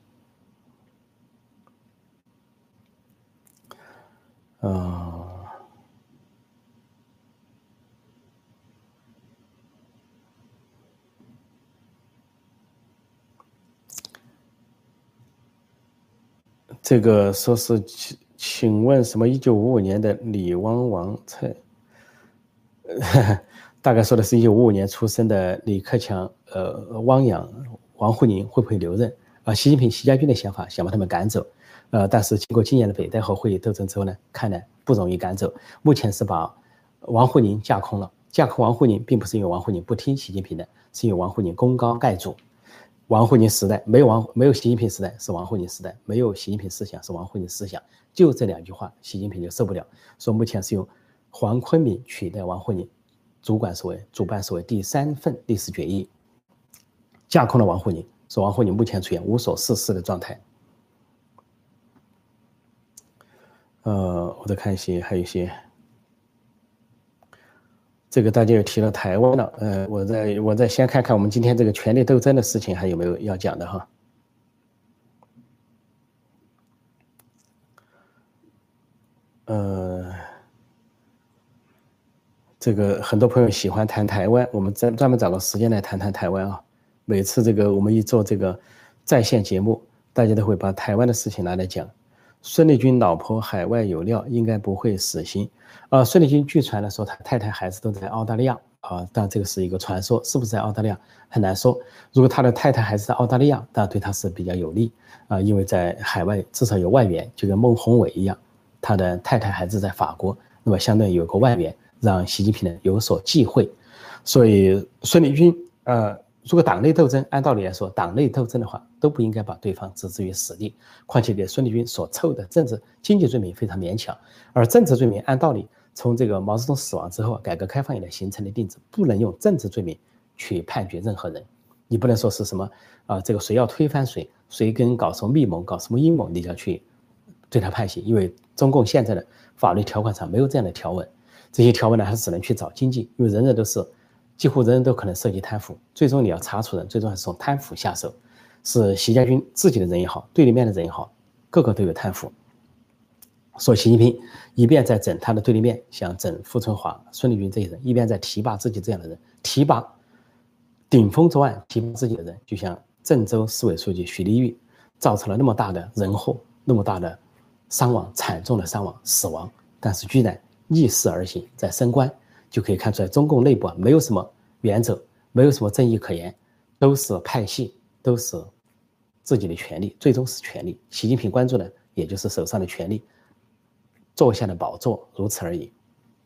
这个说是请问什么1955年的李汪王蔡，大概说的是1955年出生的李克强、汪洋、王沪宁会不会留任习近平、习家军的想法想把他们赶走，但是经过今年的北戴河会议斗争之后呢，看来不容易赶走。目前是把王沪宁架空了，架空王沪宁并不是因为王沪宁不听习近平的，是因为王沪宁功高盖主。王沪宁时代没有习近平时代是王沪宁时代，没有习近平思想是王沪宁思想，就这2句话，习近平就受不了，所以目前是由黄坤明取代王沪宁，主办所谓第3份历史决议，架空了王沪宁，说王沪宁目前处于无所事事的状态。我再看还有一些。这个大家又提了台湾了，我再先看看我们今天这个权力斗争的事情还有没有要讲的哈。这个很多朋友喜欢谈台湾，我们专门找个时间来谈谈台湾每次这个我们一做这个在线节目，大家都会把台湾的事情拿来讲。孙立军老婆海外有料，应该不会死刑。孙立军据传的说，他太太孩子都在澳大利亚但这个是一个传说，是不是在澳大利亚很难说。如果他的太太孩子在澳大利亚，当然对他是比较有利因为在海外至少有外援，就跟孟宏伟一样，他的太太孩子在法国，那么相当于有个外援，让习近平呢有所忌讳。所以孙立军如果党内斗争，按道理来说，党内斗争的话，都不应该把对方置之于死地。况且给孙立军所凑的经济罪名非常勉强，而政治罪名按道理，从这个毛泽东死亡之后，改革开放以来形成的定制，不能用政治罪名去判决任何人。你不能说是什么这个谁要推翻谁，谁跟搞什么密谋、搞什么阴谋，你就要去对他判刑，因为中共现在的法律条款上没有这样的条文。这些条文呢，还只能去找经济，因为几乎人人都可能涉及贪腐，最终你要查处人，最终还是从贪腐下手。是习家军自己的人也好，对立面的人也好，个个都有贪腐。 说习近平一边在整他的对立面，想整傅春华、孙立军这些人，一边在提拔自己这样的人，提拔顶风作案、提拔自己的人，就像郑州市委书记许立玉，造成了那么大的人祸，那么大的伤亡，惨重的伤亡、死亡，但是居然逆势而行，在升官，就可以看出来中共内部没有什么原则，没有什么正义可言，都是派系，都是自己的权利，最终是权力。习近平关注的也就是手上的权力，坐下的宝座，如此而已。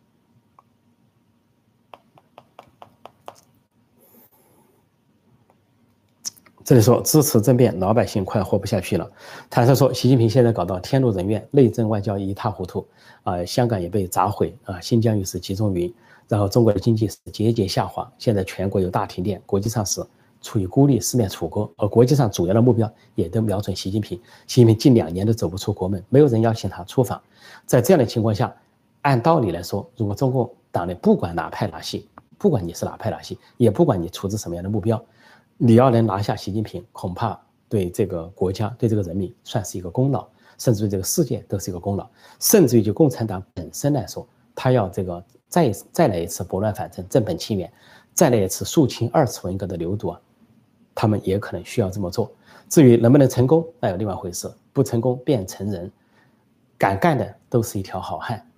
这里说支持政变，老百姓快活不下去了。坦率说，习近平现在搞到天怒人怨，内政外交一塌糊涂香港也被砸毁新疆又是集中营，然后中国的经济是节节下滑，现在全国有大停电，国际上是处于孤立四面楚歌，而国际上主要的目标也都瞄准习近平。习近平近2年都走不出国门，没有人邀请他出访。在这样的情况下，按道理来说，如果中共党内不管哪派哪系，不管你是哪派哪系，也不管你处置什么样的目标，你要能拿下习近平，恐怕对这个国家、对这个人民算是一个功劳，甚至对这个世界都是一个功劳。甚至于就共产党本身来说，他要这个再来一次拨乱反正、正本清源，再来一次肃清2次文革的流毒他们也可能需要这么做。至于能不能成功，那有另外一回事，不成功便成仁，敢干的都是一条好汉。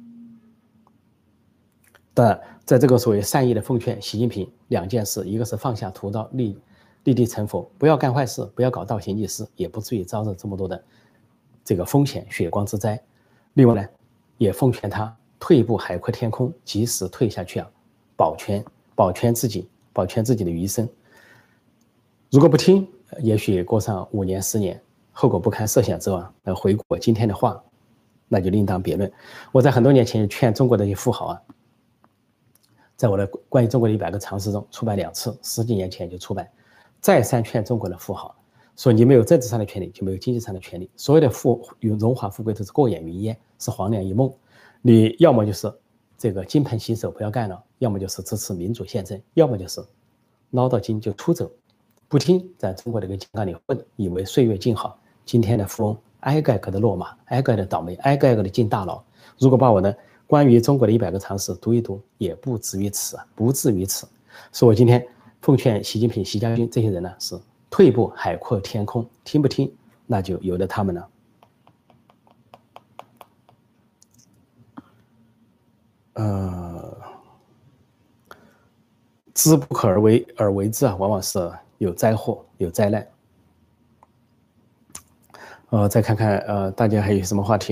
当然，在这个所谓善意的奉劝习近平2件事，一个是放下屠刀，立地成佛，不要干坏事，不要搞倒行逆施，也不至于遭受这么多的这个风险、血光之灾。另外呢，也奉劝他退一步海阔天空，及时退下去保全自己的余生。如果不听，也许过上5年10年，后果不堪设想之后回国今天的话，那就另当别论。我在很多年前就劝中国的一些富豪在我的关于中国的100个常识中出版2次，10几年前就出版，再三劝中国的富豪说：你没有政治上的权利，就没有经济上的权利。所有的荣华富贵都是过眼云烟，是黄粱一梦。你要么就是这个金盆洗手不要干了，要么就是支持民主宪政，要么就是捞到金就出走。不听，在中国的一个井缸里混，以为岁月静好。今天的富翁挨个个的落马，挨个的倒霉，挨个个的进大牢。如果把我的关于中国的100个常识读一读，也不至于此，不至于此。所以我今天奉劝习近平、习家军这些人呢，是退一步海阔天空，听不听，那就由得他们了。知不可而为之往往是有灾祸、有灾难。再看看大家还有什么话题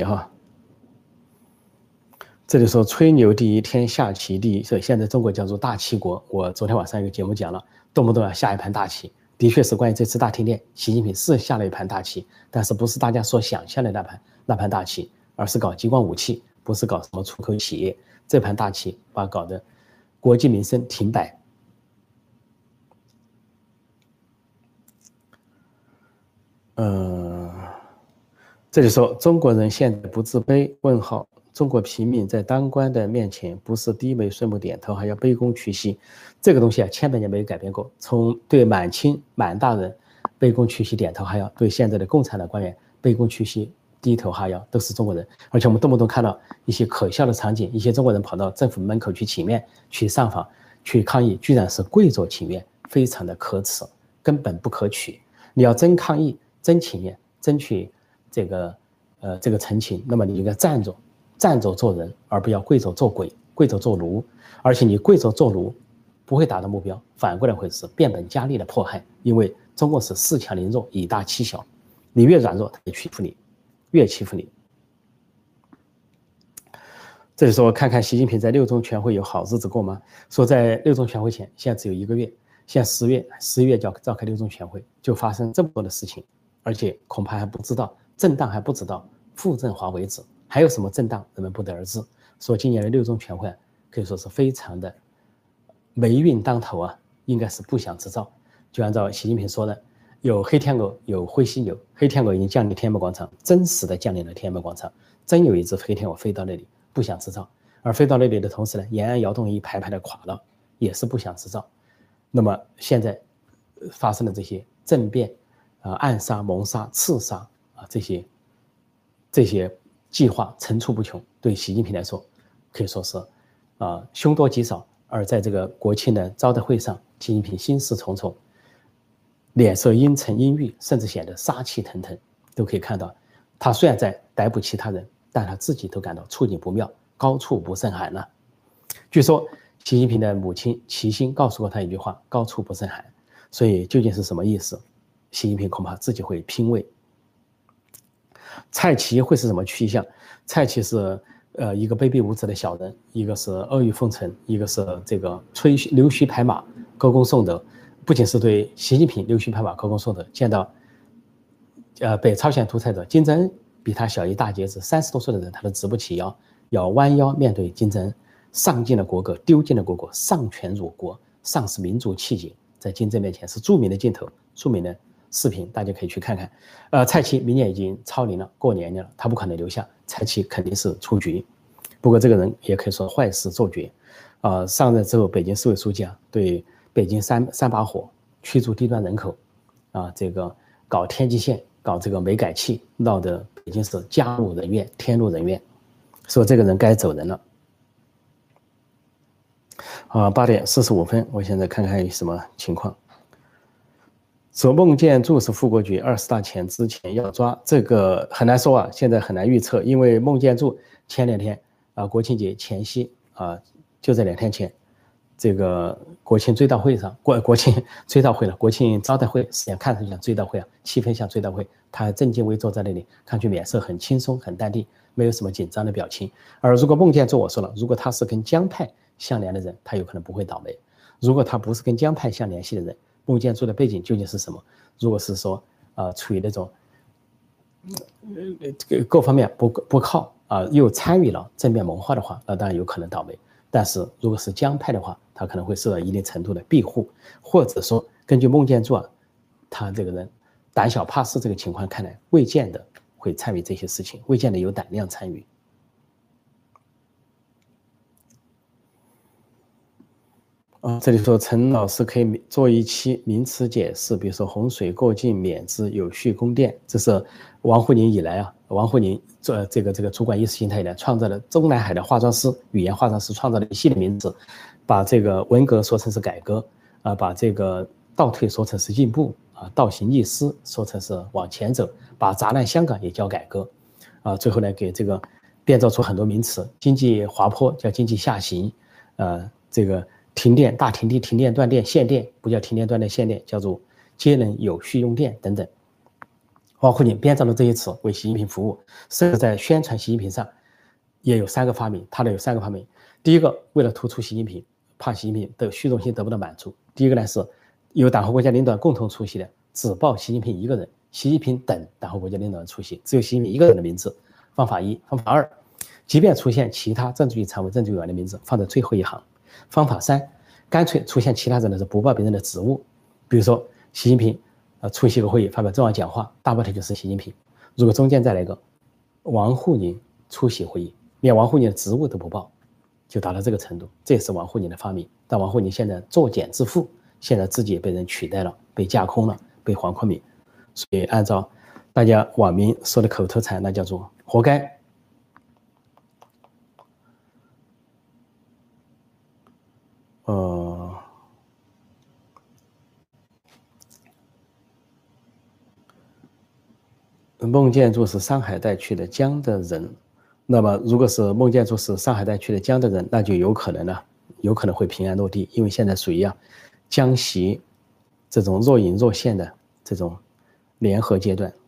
这里说吹牛第一，天下棋第一，所以现在中国叫做大棋国。我昨天晚上有个节目讲了，动不动要下一盘大棋。的确是关于这次大停电，习近平是下了一盘大棋，但是不是大家所想象的那盘大棋，而是搞激光武器，不是搞什么出口企业。这盘大棋把搞得国计民生停摆。这里说中国人现在不自卑？问号。中国平民在当官的面前，不是低眉顺目点头，还要卑躬屈膝。这个东西千百年没有改变过。从对满清满大人卑躬屈膝点头哈腰，对现在的共产党官员卑躬屈膝低头哈腰，都是中国人。而且我们动不动看到一些可笑的场景，一些中国人跑到政府门口去请愿、去上访、去抗议，居然是跪着请愿，非常的可耻，根本不可取。你要真抗议、真请愿、争取这个陈情，那么你应该站着做人，而不要跪着做鬼、跪着做奴。而且你跪着做奴不会达到目标，反过来会是变本加厉的迫害。因为中国是4强凌弱，以大欺小，你越软弱，他就欺负你，越欺负你。这里说看看习近平在6中全会有好日子过吗？说在6中全会前，现在只有1个月，现在11月就要召开6中全会，就发生这么多的事情，而且恐怕还不知道震荡，还不知道傅政华为止。还有什么震荡，人们不得而知。说今年的6中全会可以说是非常的霉运当头应该是不祥之兆。就按照习近平说的，有黑天鹅，有灰犀牛。黑天鹅已经降临天安门广场，真实的降临了天安门广场，真有一只黑天鹅飞到那里，不祥之兆。而飞到那里的同时呢，延安窑洞一排排的垮了，也是不祥之兆。那么现在发生的这些政变暗杀、谋杀、刺杀这些计划层出不穷，对习近平来说可以说是凶多吉少。而在这个国庆的招待会上，习近平心事重重，脸色阴沉阴郁，甚至显得杀气腾腾，都可以看到。他虽然在逮捕其他人，但他自己都感到处境不妙，高处不胜寒了。据说习近平的母亲齐心告诉过他一句话：高处不胜寒。所以究竟是什么意思？习近平恐怕自己会品味。蔡奇会是什么去向？蔡奇是一个卑鄙无耻的小人，一个是阿谀奉承，一个是这个溜须拍马、歌功颂德。不仅是对习近平溜须拍马、歌功颂德，见到北朝鲜独裁者金正恩比他小一大截子，30多岁的人他都直不起腰，要弯腰面对金正恩，丧尽了国格，丢尽了国国，丧权辱国，丧失民族气节。在金正恩面前是著名的镜头，著名的视频，大家可以去看看。蔡奇明年已经超龄了，过年龄了，他不可能留下，蔡奇肯定是出局。不过这个人也可以说坏事做绝。上任之后，北京市委书记对北京三把火，驱逐低端人口，这个搞天际线，搞这个煤改气，闹得北京市家务人怨，天怒人怨，说这个人该走人了。8点45分，我现在看看有什么情况。说孟建柱是副国局，20大前之前要抓，这个很难说现在很难预测，因为孟建柱前2天国庆节前夕就在2天前，这个国庆追悼会上，国庆追悼会了，国庆招待会，实际上看上去像追悼会气氛像追悼会，他正襟危坐在那里，看去脸色很轻松很淡定，没有什么紧张的表情。而如果孟建柱，我说了，如果他是跟江派相连的人，他有可能不会倒霉；如果他不是跟江派相联系的人，孟建柱的背景究竟是什么？如果是说处于那种各方面不靠又参与了正面谋划的话，那当然有可能倒霉。但是如果是江派的话，他可能会受到一定程度的庇护，或者说根据孟建柱他这个人胆小怕事这个情况看来，未见得会参与这些事情，未见得有胆量参与。这里说陈老师可以做一期名词解释，比如说洪水过境免之有序供电，这是王沪宁以来王沪宁做这个主管意识形态以来创造了中南海的化妆师，语言化妆师创造了一系列名词，把这个文革说成是改革把这个倒退说成是进步倒行逆施说成是往前走，把砸烂香港也叫改革最后呢给这个编造出很多名词，经济滑坡叫经济下行这个停电、大停电、停电断电、限电不叫停电断电限电，叫做节能有序用电等等。王沪宁编造的这些词为习近平服务，甚至在宣传习近平上也有3个发明，他的有3个发明。第一个，为了突出习近平，怕习近平的虚荣心得不到满足。第一个呢是由党和国家领导人共同出席的，只报习近平一个人，习近平等党和国家领导人出席，只有习近平一个人的名字。方法1，方法2，即便出现其他政治局常委、政治委员的名字，放在最后一行。方法3，干脆出现其他人的是不报别人的职务，比如说习近平出席个会议发表重要讲话，大标题就是习近平。如果中间再来一个王沪宁出席会议，连王沪宁的职务都不报，就达到这个程度，这也是王沪宁的发明。但王沪宁现在作茧自缚，现在自己也被人取代了，被架空了，被黄坤明。所以按照大家网民说的口头禅，那叫做活该。孟建柱是上海带去的江的人，那么如果是孟建柱是上海带去的江的人，那就有可能会平安落地，因为现在属于江习这种若隐若现的这种联合阶段。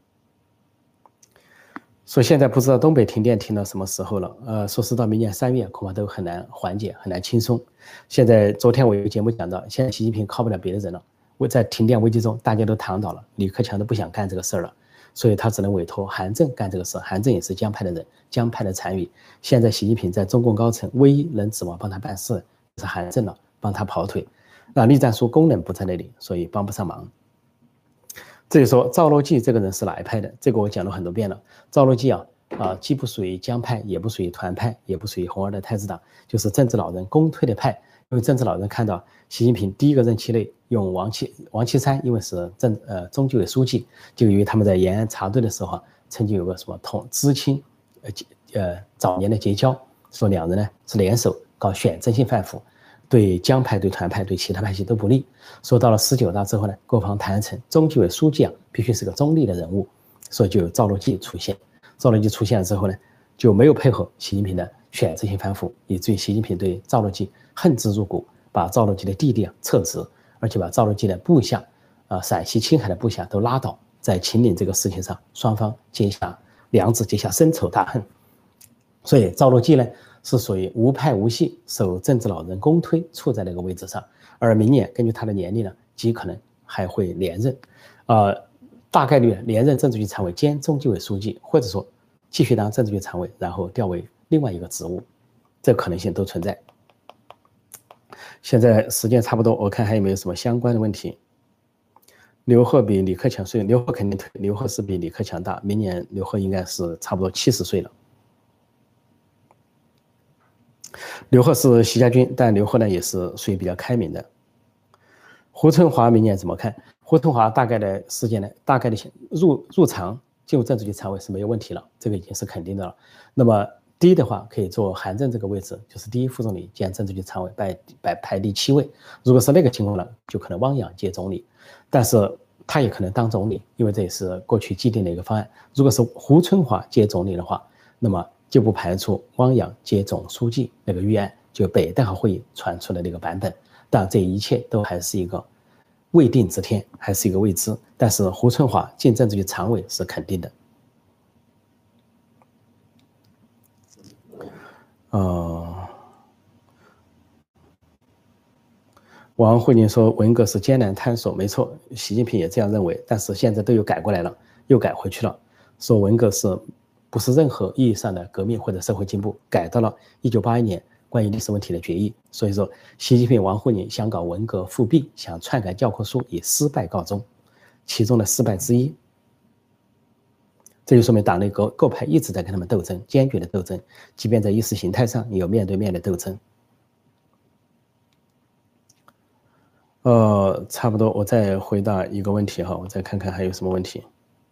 所以现在不知道东北停电停到什么时候了，说是到明年3月恐怕都很难缓解，很难轻松。现在昨天我有个节目讲到，现在习近平靠不了别的人了，在停电危机中大家都躺倒了，李克强都不想干这个事儿了，所以他只能委托韩正干这个事。韩正也是江派的人，江派的残余。现在习近平在中共高层唯一能指望帮他办事是韩正了，帮他跑腿。那栗战书功能不在那里，所以帮不上忙。这里说赵乐际这个人是哪一派的？这个我讲了很多遍了。赵乐际既不属于江派，也不属于团派，也不属于红二代太子党，就是政治老人公推的派。因为政治老人看到习近平第一个任期内用王岐山，因为是中纪委书记，就因为他们在延安插队的时候曾经有个什么知青早年的结交，说两人呢是联手搞选政性反腐，对江派、对团派、对其他派系都不利。说到了19大之后呢，各方谈成中纪委书记必须是个中立的人物，所以就有赵乐际出现。赵乐际出现了之后呢，就没有配合习近平的选政性反腐，以至于习近平对赵乐际恨之入骨，把赵乐际的弟弟撤职，而且把赵乐际的部下陕西青海的部下都拉倒，在秦岭这个事情上，双方结下梁子，结下深仇大恨。所以赵乐际呢是属于无派无系，受政治老人公推，处在那个位置上。而明年根据他的年龄呢，极可能还会连任，大概率连任政治局常委兼中纪委书记，或者说继续当政治局常委，然后调为另外一个职务，这可能性都存在。现在时间差不多，我看还有没有什么相关的问题。刘鹤比李克强岁，刘鹤肯定刘鹤是比李克强大，明年刘鹤应该是差不多70岁了。刘鹤是习家军，但刘鹤呢也是属于比较开明的。胡春华明年怎么看？胡春华大概的时间呢，大概的入常进入政治局常委是没有问题了，这个已经是肯定的了。那么第一的话，可以做韩正这个位置，就是第一副总理兼政治局常委，排第7位。如果是那个情况呢，就可能汪洋接总理，但是他也可能当总理，因为这也是过去既定的一个方案。如果是胡春华接总理的话，那么就不排除汪洋接总书记那个预案，就北戴河会议传出的那个版本。但这一切都还是一个未定之天，还是一个未知。但是胡春华进政治局常委是肯定的。王慧玲说文革是艰难探索，没错，习近平也这样认为，但是现在都又改过来了，又改回去了，说文革是不是任何意义上的革命或者社会进步，改到了1981年关于历史问题的决议。所以说习近平、王沪宁想搞文革复辟，想篡改教科书，以失败告终，其中的失败之一。这就说明党内各派一直在跟他们斗争，坚决的斗争，即便在意识形态上也有面对面的斗争。差不多，我再回答一个问题哈，我再看看还有什么问题。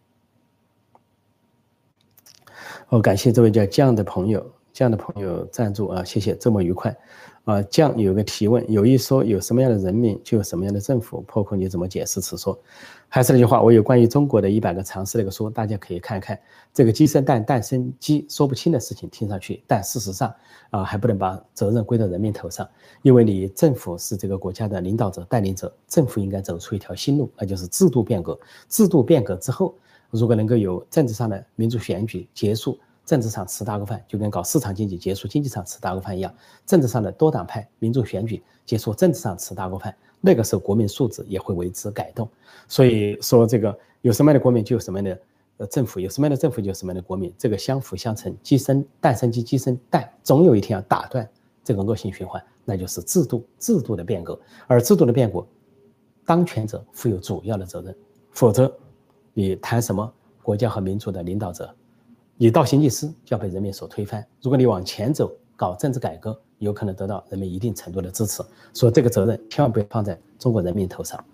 感谢这位叫酱的朋友赞助啊，谢谢，周末愉快。酱有个提问，有一说有什么样的人民就有什么样的政府，破空你怎么解释此说？还是那句话，我有关于中国的100个常识那个书，大家可以看看。这个鸡生蛋，蛋生鸡，说不清的事情听上去，但事实上还不能把责任归到人民头上，因为你政府是这个国家的领导者、带领者，政府应该走出一条新路，那就是制度变革。制度变革之后，如果能够有政治上的民主选举结束，政治上吃大锅饭，就跟搞市场经济结束经济上吃大锅饭一样，政治上的多党派民主选举结束政治上吃大锅饭，那个时候国民素质也会为之改动。所以说这个有什么样的国民就有什么样的政府，有什么样的政府就有什么样的国民，这个相辅相成，鸡生蛋生鸡，鸡生蛋，总有一天要打断这个恶性循环，那就是制度的变革。而制度的变革，当权者负有主要的责任，否则你谈什么国家和民族的领导者，你倒行逆施就要被人民所推翻。如果你往前走搞政治改革，有可能得到人民一定程度的支持，所以这个责任千万不要放在中国人民头上。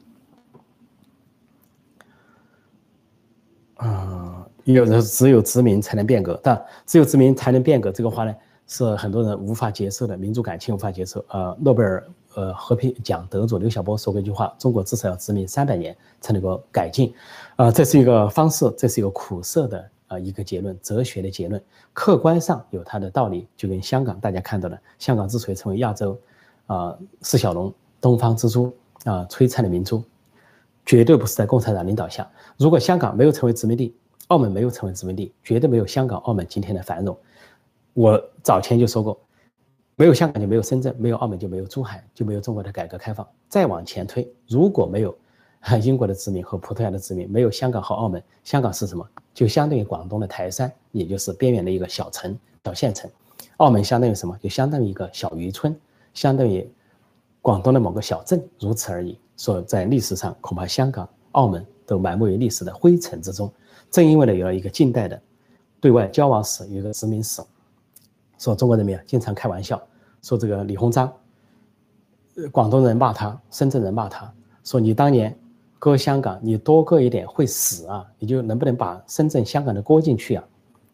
有人只有殖民才能变革，但只有殖民才能变革这个话呢，是很多人无法接受的，民族感情无法接受。诺贝尔和平奖得主刘晓波说过一句话：中国至少要殖民300年才能够改进。这是一个方式，这是一个苦涩的一个结论，哲学的结论，客观上有它的道理。就跟香港大家看到的，香港之所以成为亚洲释小龙、东方之珠璀璨的明珠，绝对不是在共产党领导下。如果香港没有成为殖民地，澳门没有成为殖民地，绝对没有香港、澳门今天的繁荣。我早前就说过，没有香港就没有深圳，没有澳门就没有珠海，就没有中国的改革开放。再往前推，如果没有英国的殖民和葡萄牙的殖民，没有香港和澳门，香港是什么？就相当于广东的台山，也就是边缘的一个小城、小县城。澳门相当于什么？就相当于一个小渔村，相当于广东的某个小镇，如此而已。所以在历史上，恐怕香港、澳门都埋没于历史的灰尘之中。正因为呢，有了一个近代的对外交往史，有一个殖民史。说中国人民经常开玩笑，说这个李鸿章，广东人骂他，深圳人骂他，说你当年割香港，你多割一点会死啊，你就能不能把深圳、香港的割进去啊？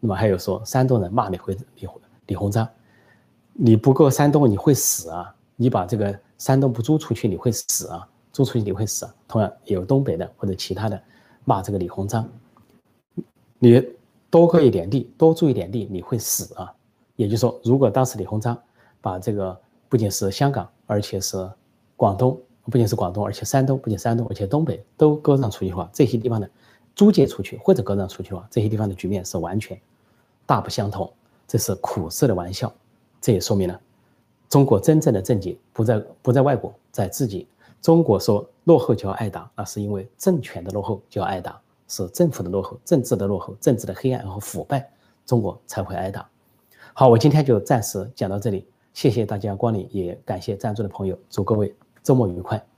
那么还有说山东人骂李鸿章，你不够山东你会死啊！你把这个山东不租出去你会死啊！租出去你会死啊！同样有东北的或者其他的骂这个李鸿章，你多割一点地，多住一点地，你会死啊！也就是说，如果当时李鸿章把这个不仅是香港，而且是广东，不仅是广东，而且山东，不仅山东，而且东北都割让出去的话，这些地方的租借出去或者割让出去的话，这些地方的局面是完全大不相同。这是苦涩的玩笑，这也说明了中国真正的症结不在外国，在自己。中国说落后就要挨打，那是因为政权的落后就要挨打，是政府的落后、政治的落后、政治的黑暗和腐败，中国才会挨打。好，我今天就暂时讲到这里，谢谢大家光临，也感谢赞助的朋友，祝各位周末愉快。